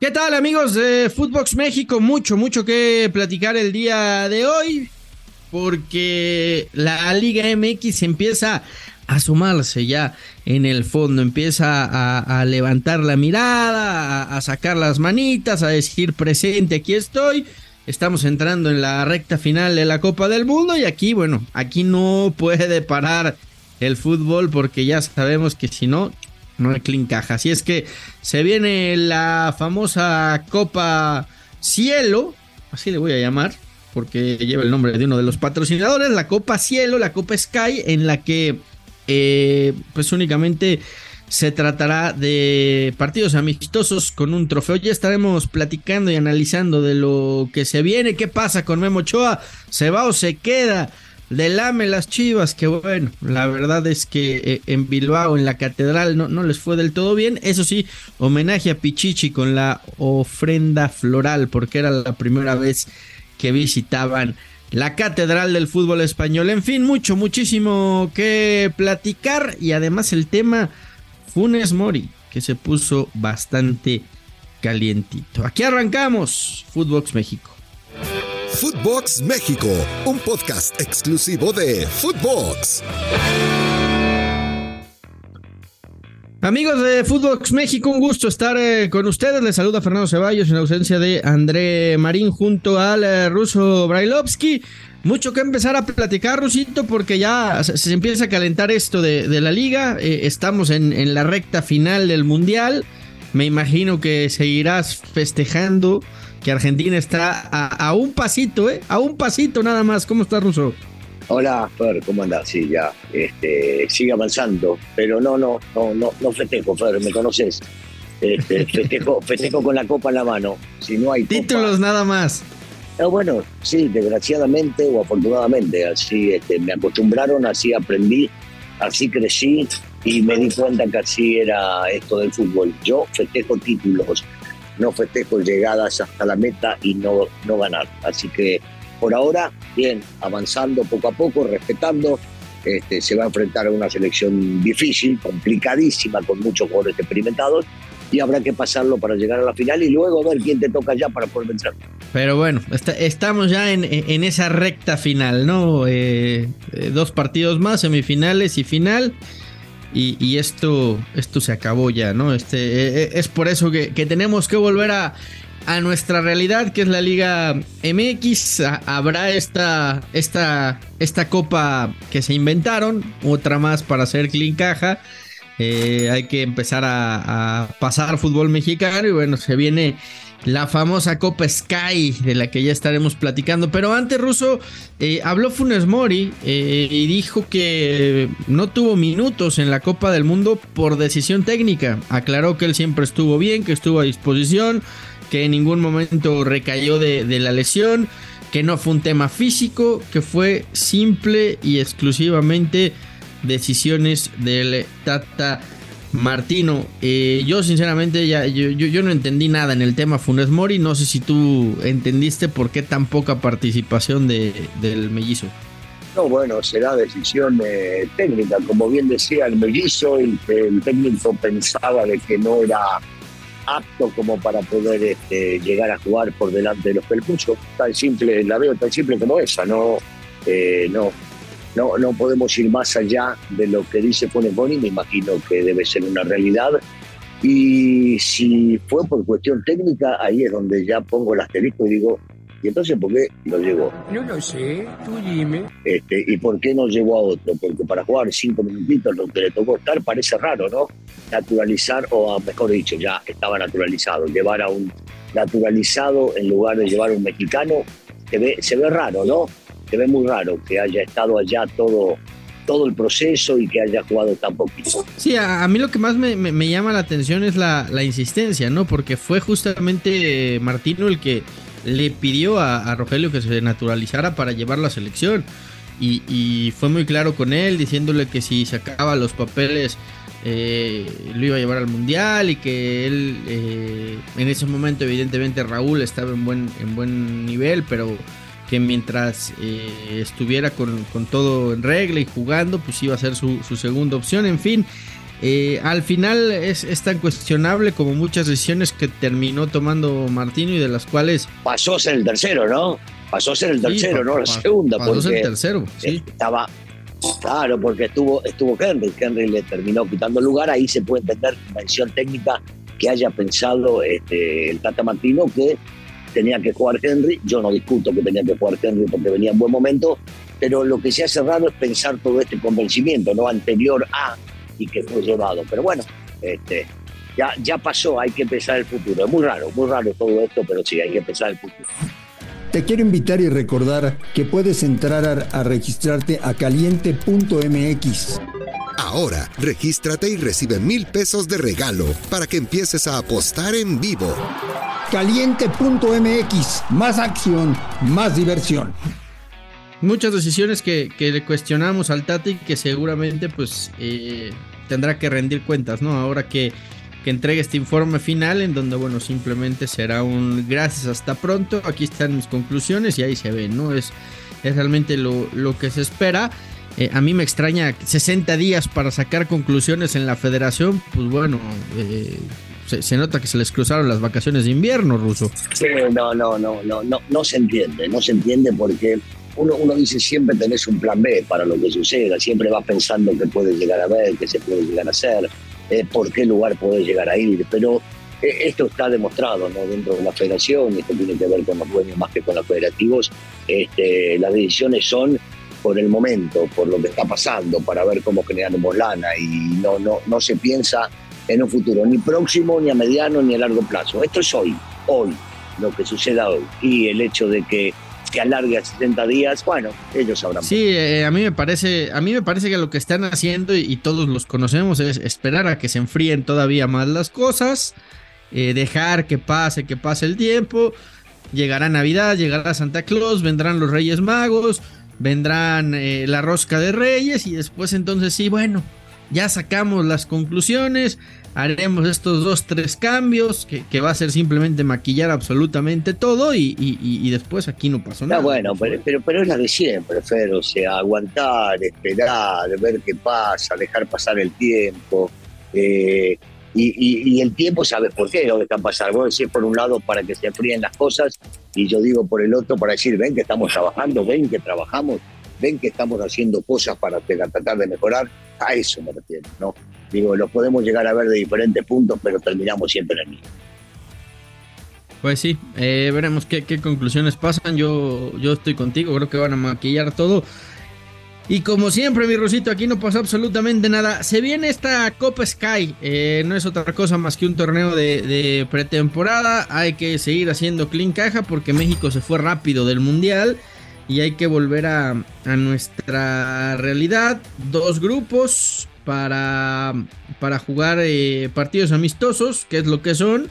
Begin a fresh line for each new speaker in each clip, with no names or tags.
¿Qué tal, amigos de Footbox México? Mucho que platicar el día de hoy, porque la Liga MX empieza a sumarse ya en el fondo, empieza a levantar la mirada, a sacar las manitas, a decir presente, aquí estoy. Estamos entrando en la recta final de la Copa del Mundo y aquí, bueno, aquí no puede parar el fútbol porque ya sabemos que si no hay clean caja. Así es que se viene la famosa Copa Cielo, así le voy a llamar, porque lleva el nombre de uno de los patrocinadores, la Copa Cielo, la Copa Sky, en la que pues únicamente se tratará de partidos amistosos con un trofeo. Ya estaremos platicando y analizando de lo que se viene, qué pasa con Memo Ochoa, se va o se queda. Le lame las Chivas, que bueno, la verdad es que en Bilbao, en la Catedral, no les fue del todo bien. Eso sí, homenaje a Pichichi con la ofrenda floral, porque era la primera vez que visitaban la Catedral del fútbol español. En fin, muchísimo que platicar, y además el tema Funes Mori, que se puso bastante calientito. Aquí arrancamos, Footbox México.
Footbox México, un podcast exclusivo de Footbox.
Amigos de Footbox México, un gusto estar con ustedes. Les saluda Fernando Ceballos en ausencia de André Marín junto al ruso Brailovsky. Mucho que empezar a platicar, Rusito, porque ya se empieza a calentar esto de la liga. Estamos en la recta final del Mundial. Me imagino que seguirás festejando que Argentina está a un pasito, a un pasito nada más. ¿Cómo estás, Ruso?
Hola, Fer, ¿cómo andás? Sí, ya, sigue avanzando, pero no festejo, Fer, ¿me conoces? Festejo con la copa en la mano. Si no hay
títulos
copa,
nada más.
Bueno, sí, desgraciadamente o afortunadamente, así me acostumbraron, así aprendí, así crecí y me di cuenta que así era esto del fútbol. Yo festejo títulos, no festejo llegadas hasta la meta y no ganar. Así que por ahora, bien, avanzando poco a poco, respetando. Se va a enfrentar a una selección difícil, complicadísima, con muchos jugadores experimentados, y habrá que pasarlo para llegar a la final y luego ver quién te toca ya para poder vencer.
Pero bueno, estamos ya en esa recta final, ¿no? 2 partidos más, semifinales y final. Y esto se acabó ya, ¿no? Es por eso que tenemos que volver a nuestra realidad, que es la Liga MX. Habrá esta copa que se inventaron, otra más para hacer clean caja. Hay que empezar a pasar fútbol mexicano y bueno, se viene la famosa Copa Sky, de la que ya estaremos platicando. Pero antes, Ruso, habló Funes Mori y dijo que no tuvo minutos en la Copa del Mundo por decisión técnica. Aclaró que él siempre estuvo bien, que estuvo a disposición, que en ningún momento recayó de la lesión, que no fue un tema físico, que fue simple y exclusivamente decisiones del Tata Martino. Yo sinceramente yo no entendí nada en el tema Funes Mori. No sé si tú entendiste por qué tan poca participación del mellizo.
No, bueno, será decisión técnica, como bien decía el mellizo, y que el técnico pensaba de que no era apto como para poder llegar a jugar por delante de los pelpuchos. Tan simple, la veo tan simple como esa. No podemos ir más allá de lo que dice Funes Mori. Me imagino que debe ser una realidad, y si fue por cuestión técnica, ahí es donde ya pongo el asterisco y digo, ¿y entonces por qué lo llevó?
No lo sé, tú dime.
¿Y por qué no llevó a otro? Porque para jugar 5 minutitos lo que le tocó estar parece raro, ¿no? Naturalizar, o mejor dicho, ya estaba naturalizado. Llevar a un naturalizado en lugar de llevar a un mexicano se ve raro, ¿no? Se ve muy raro que haya estado allá todo el proceso y que haya jugado tan poquito.
Sí, a mí lo que más me llama la atención es la insistencia, ¿no? Porque fue justamente Martino el que le pidió a Rogelio que se naturalizara para llevar la selección, y fue muy claro con él, diciéndole que si sacaba los papeles lo iba a llevar al Mundial, y que él en ese momento evidentemente Raúl estaba en buen nivel, pero que mientras estuviera con todo en regla y jugando, pues iba a ser su segunda opción. En fin, Al final es tan cuestionable como muchas decisiones que terminó tomando Martino y de las cuales...
Pasó a ser el tercero, ¿no? Pasó a ser el tercero, no la segunda.
Pasó a ser el tercero, sí.
Estaba... Claro, porque estuvo Henry le terminó quitando lugar. Ahí se puede entender la decisión técnica que haya pensado el Tata Martino que tenía que jugar Henry. Yo no discuto que tenía que jugar Henry porque venía en buen momento, pero lo que se hace raro es pensar todo este convencimiento, ¿no? Anterior a y que fue llevado. Pero bueno, ya pasó, hay que empezar el futuro. Es muy raro todo esto, pero sí, hay que empezar el futuro.
Te quiero invitar y recordar que puedes entrar a registrarte a caliente.mx.
Ahora, regístrate y recibe 1,000 pesos de regalo para que empieces a apostar en vivo.
Caliente.mx, más acción, más diversión.
Muchas decisiones que le cuestionamos al Tata y que seguramente pues tendrá que rendir cuentas, ¿no? Ahora que entregue este informe final en donde, bueno, simplemente será un gracias, hasta pronto, aquí están mis conclusiones y ahí se ven, ¿no? Es realmente lo que se espera. A mí me extraña 60 días para sacar conclusiones en la federación, pues bueno, se nota que se les cruzaron las vacaciones de invierno, Russo.
Sí, no se entiende porque uno dice siempre tenés un plan B para lo que suceda, siempre vas pensando que puede llegar a ver, que se puede llegar a hacer, por qué lugar podés llegar a ir, pero esto está demostrado, ¿no? Dentro de la federación, esto tiene que ver con los dueños más que con los federativos, las decisiones son por el momento, por lo que está pasando, para ver cómo generamos lana y no se piensa en un futuro, ni próximo, ni a mediano, ni a largo plazo. Esto es hoy, lo que suceda hoy, y el hecho de que alargue a 70 días, bueno, ellos sabrán.
Sí, a mí me parece que lo que están haciendo, y todos los conocemos, es esperar a que se enfríen todavía más las cosas, dejar que pase el tiempo, llegará Navidad, llegará Santa Claus, vendrán los Reyes Magos, vendrán la Rosca de Reyes, y después entonces sí, bueno, ya sacamos las conclusiones, haremos estos 2-3 cambios que va a ser simplemente maquillar absolutamente todo y después aquí no pasó nada.
Bueno, pero es la de siempre, Fer, o sea, aguantar, esperar, ver qué pasa, dejar pasar el tiempo, y el tiempo, ¿sabes por qué lo dejan pasar? Vos decís por un lado para que se enfríen las cosas y yo digo por el otro para decir, ven que estamos trabajando, ven que trabajamos, ven que estamos haciendo cosas para tratar de mejorar. A eso me refiero, ¿no? Digo, lo podemos llegar a ver de diferentes puntos, pero terminamos siempre en el mismo.
Pues sí, veremos qué conclusiones pasan. Yo estoy contigo, creo que van a maquillar todo. Y como siempre, mi Rusito, aquí no pasa absolutamente nada. Se viene esta Copa Sky, no es otra cosa más que un torneo de pretemporada. Hay que seguir haciendo clean caja porque México se fue rápido del Mundial. Y hay que volver a nuestra realidad. 2 grupos para jugar partidos amistosos, que es lo que son.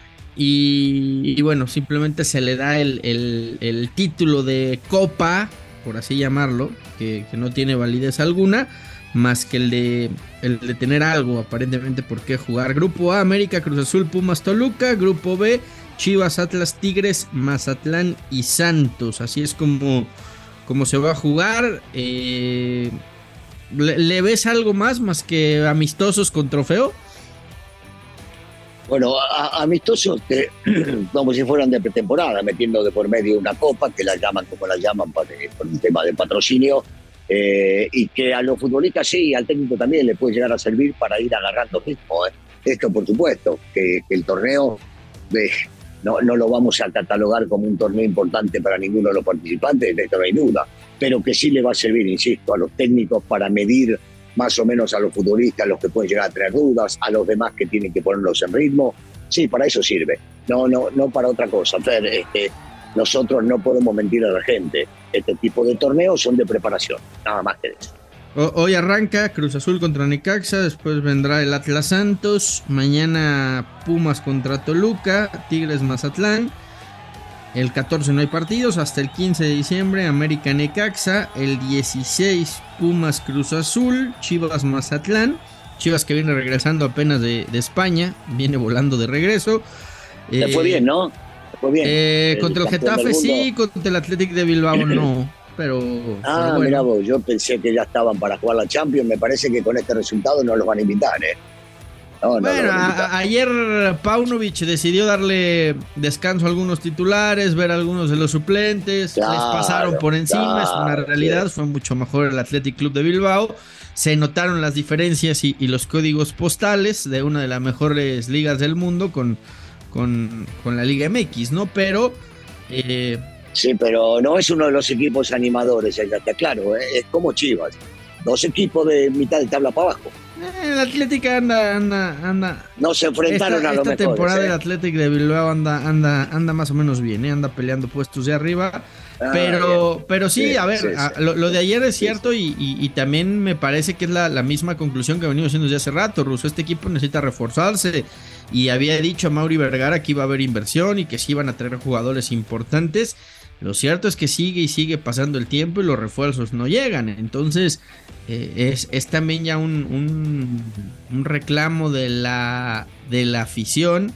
Y bueno, simplemente se le da el título de Copa, por así llamarlo, que no tiene validez alguna, más que el de tener algo aparentemente por qué jugar. Grupo A, América, Cruz Azul, Pumas, Toluca. Grupo B, Chivas, Atlas, Tigres, Mazatlán y Santos. Así es como se va a jugar. ¿Le ves algo más que amistosos con trofeo?
Bueno, amistosos como si fueran de pretemporada, metiendo de por medio una copa, que la llaman como la llaman por un tema de patrocinio, y que a los futbolistas sí, al técnico también le puede llegar a servir para ir agarrando ritmo. Esto por supuesto, que el torneo no lo vamos a catalogar como un torneo importante para ninguno de los participantes, de esto no hay duda, pero que sí le va a servir, insisto, a los técnicos para medir más o menos a los futbolistas, a los que pueden llegar a tener dudas, a los demás que tienen que ponerlos en ritmo. Sí, para eso sirve, no para otra cosa. Fer, nosotros no podemos mentir a la gente, este tipo de torneos son de preparación, nada más que eso.
Hoy arranca Cruz Azul contra Necaxa, después vendrá el Atlas Santos, mañana Pumas contra Toluca, Tigres Mazatlán, el 14 no hay partidos, hasta el 15 de diciembre América Necaxa, el 16 Pumas Cruz Azul, Chivas Mazatlán, Chivas que viene regresando apenas de España, viene volando de regreso.
Le fue bien, ¿no? Le fue bien.
Contra el Getafe sí, contra el Athletic de Bilbao no. pero
bueno. Mirá vos, yo pensé que ya estaban para jugar la Champions. Me parece que con este resultado no los van a invitar, ¿eh?
Bueno, ayer Paunovic decidió darle descanso a algunos titulares, ver a algunos de los suplentes, les pasaron por encima, es una realidad, fue mucho mejor el Athletic Club de Bilbao, se notaron las diferencias y los códigos postales de una de las mejores ligas del mundo con la Liga MX, ¿no? Pero...
sí, pero no es uno de los equipos animadores, ya está claro, es como Chivas, 2 equipos de mitad de tabla para abajo.
El Atlético anda.
No se enfrentaron a lo mejor.
Esta temporada el Atlético de Bilbao anda más o menos bien, anda peleando puestos de arriba. Pero sí, a ver, lo de ayer es cierto y también me parece que es la misma conclusión que venimos haciendo desde hace rato, Russo. Este equipo necesita reforzarse y había dicho a Mauri Vergara que iba a haber inversión y que sí iban a traer jugadores importantes. Lo cierto es que sigue pasando el tiempo y los refuerzos no llegan. Entonces es también ya un reclamo de la afición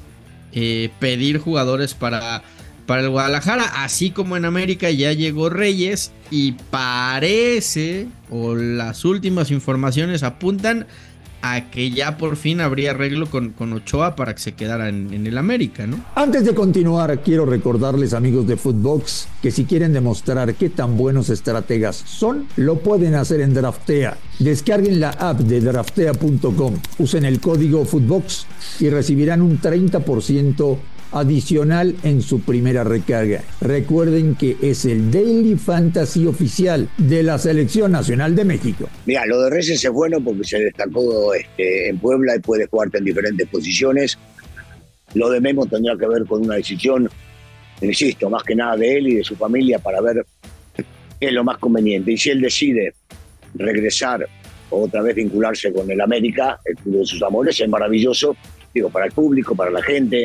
pedir jugadores para el Guadalajara. Así como en América ya llegó Reyes y parece, o las últimas informaciones apuntan a que ya por fin habría arreglo con Ochoa para que se quedara en el América, ¿no?
Antes de continuar, quiero recordarles, amigos de Footbox, que si quieren demostrar qué tan buenos estrategas son, lo pueden hacer en Draftea. Descarguen la app de draftea.com, usen el código Footbox y recibirán un 30% adicional en su primera recarga. Recuerden que es el Daily Fantasy oficial de la Selección Nacional de México.
Mira, lo de Reyes es bueno porque se destacó en Puebla y puede jugarte en diferentes posiciones. Lo de Memo tendrá que ver con una decisión, insisto, más que nada de él y de su familia para ver qué es lo más conveniente. Y si él decide regresar o otra vez vincularse con el América, el club de sus amores, es maravilloso, digo, para el público, para la gente,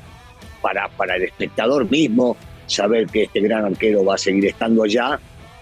para el espectador mismo, saber que este gran arquero va a seguir estando allá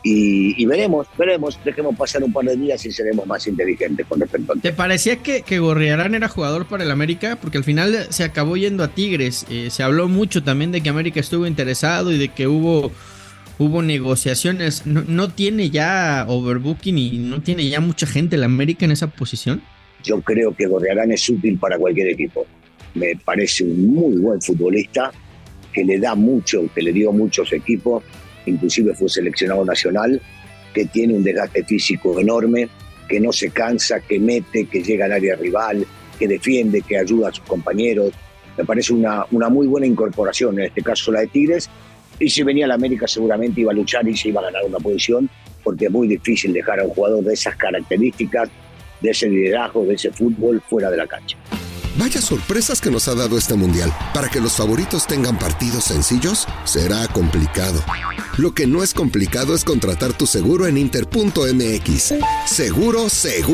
y veremos, dejemos pasar un par de días y seremos más inteligentes con respecto a...
¿Te parecía que Gorriarán era jugador para el América? Porque al final se acabó yendo a Tigres, se habló mucho también de que América estuvo interesado y de que hubo negociaciones. ¿No tiene ya overbooking y no tiene ya mucha gente el América en esa posición?
Yo creo que Gorriarán es útil para cualquier equipo. Me parece un muy buen futbolista que le da mucho, que le dio a muchos equipos, inclusive fue seleccionado nacional, que tiene un desgaste físico enorme, que no se cansa, que mete, que llega al área rival, que defiende, que ayuda a sus compañeros. Me parece una muy buena incorporación, en este caso la de Tigres, y si venía a la América seguramente iba a luchar y se iba a ganar una posición, porque es muy difícil dejar a un jugador de esas características, de ese liderazgo, de ese fútbol fuera de la cancha.
Vaya sorpresas que nos ha dado este mundial. Para que los favoritos tengan partidos sencillos, será complicado. Lo que no es complicado es contratar tu seguro en Inter.mx. Seguro.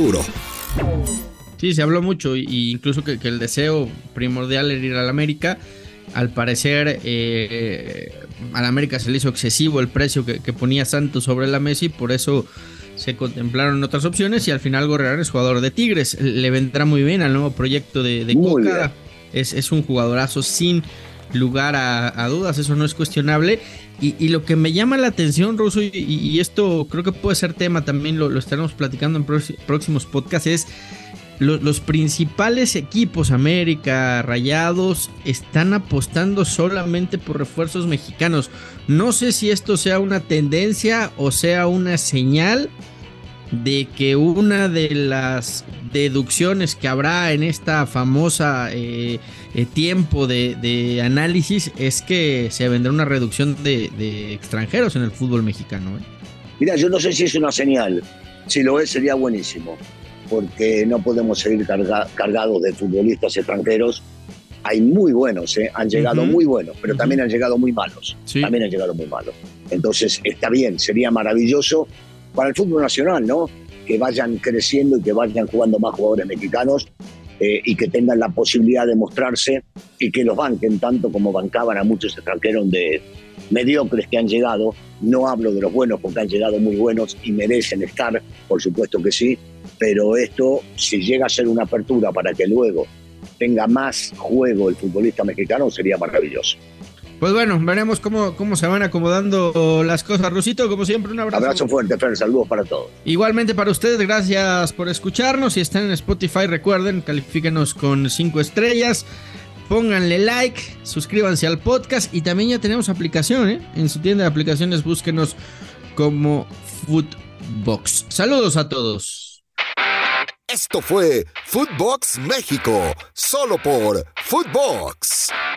Sí, se habló mucho y incluso que el deseo primordial era ir al América. Al parecer al América se le hizo excesivo el precio que ponía Santos sobre la mesa y por eso se contemplaron otras opciones y al final Gorriarán es jugador de Tigres. Le vendrá muy bien al nuevo proyecto de Coca. Es un jugadorazo sin lugar a dudas, eso no es cuestionable. Y lo que me llama la atención, Russo, y esto creo que puede ser tema también, lo estaremos platicando en próximos podcasts, es los principales equipos, América, Rayados, están apostando solamente por refuerzos mexicanos. No sé si esto sea una tendencia o sea una señal de que una de las deducciones que habrá en esta famosa tiempo de análisis es que se vendrá una reducción de extranjeros en el fútbol mexicano.
Mira, yo no sé si es una señal. Si lo es, sería buenísimo, porque no podemos seguir cargados de futbolistas extranjeros. Hay muy buenos, han llegado muy buenos, pero también han llegado muy malos. Sí. También han llegado muy malos. Entonces, está bien, sería maravilloso para el fútbol nacional, ¿no? Que vayan creciendo y que vayan jugando más jugadores mexicanos y que tengan la posibilidad de mostrarse y que los banquen tanto como bancaban a muchos extranjeros de mediocres que han llegado. No hablo de los buenos porque han llegado muy buenos y merecen estar, por supuesto que sí, pero esto, si llega a ser una apertura para que luego tenga más juego el futbolista mexicano, sería maravilloso.
Pues bueno, veremos cómo se van acomodando las cosas. Rusito, como siempre, un abrazo.
Abrazo fuerte, Fer, saludos para todos.
Igualmente para ustedes, gracias por escucharnos. Si están en Spotify, recuerden, califíquenos con 5 estrellas. Pónganle like, suscríbanse al podcast y también ya tenemos aplicación, ¿eh? En su tienda de aplicaciones búsquenos como Footbox. Saludos a todos.
Esto fue Footbox México, solo por Footbox.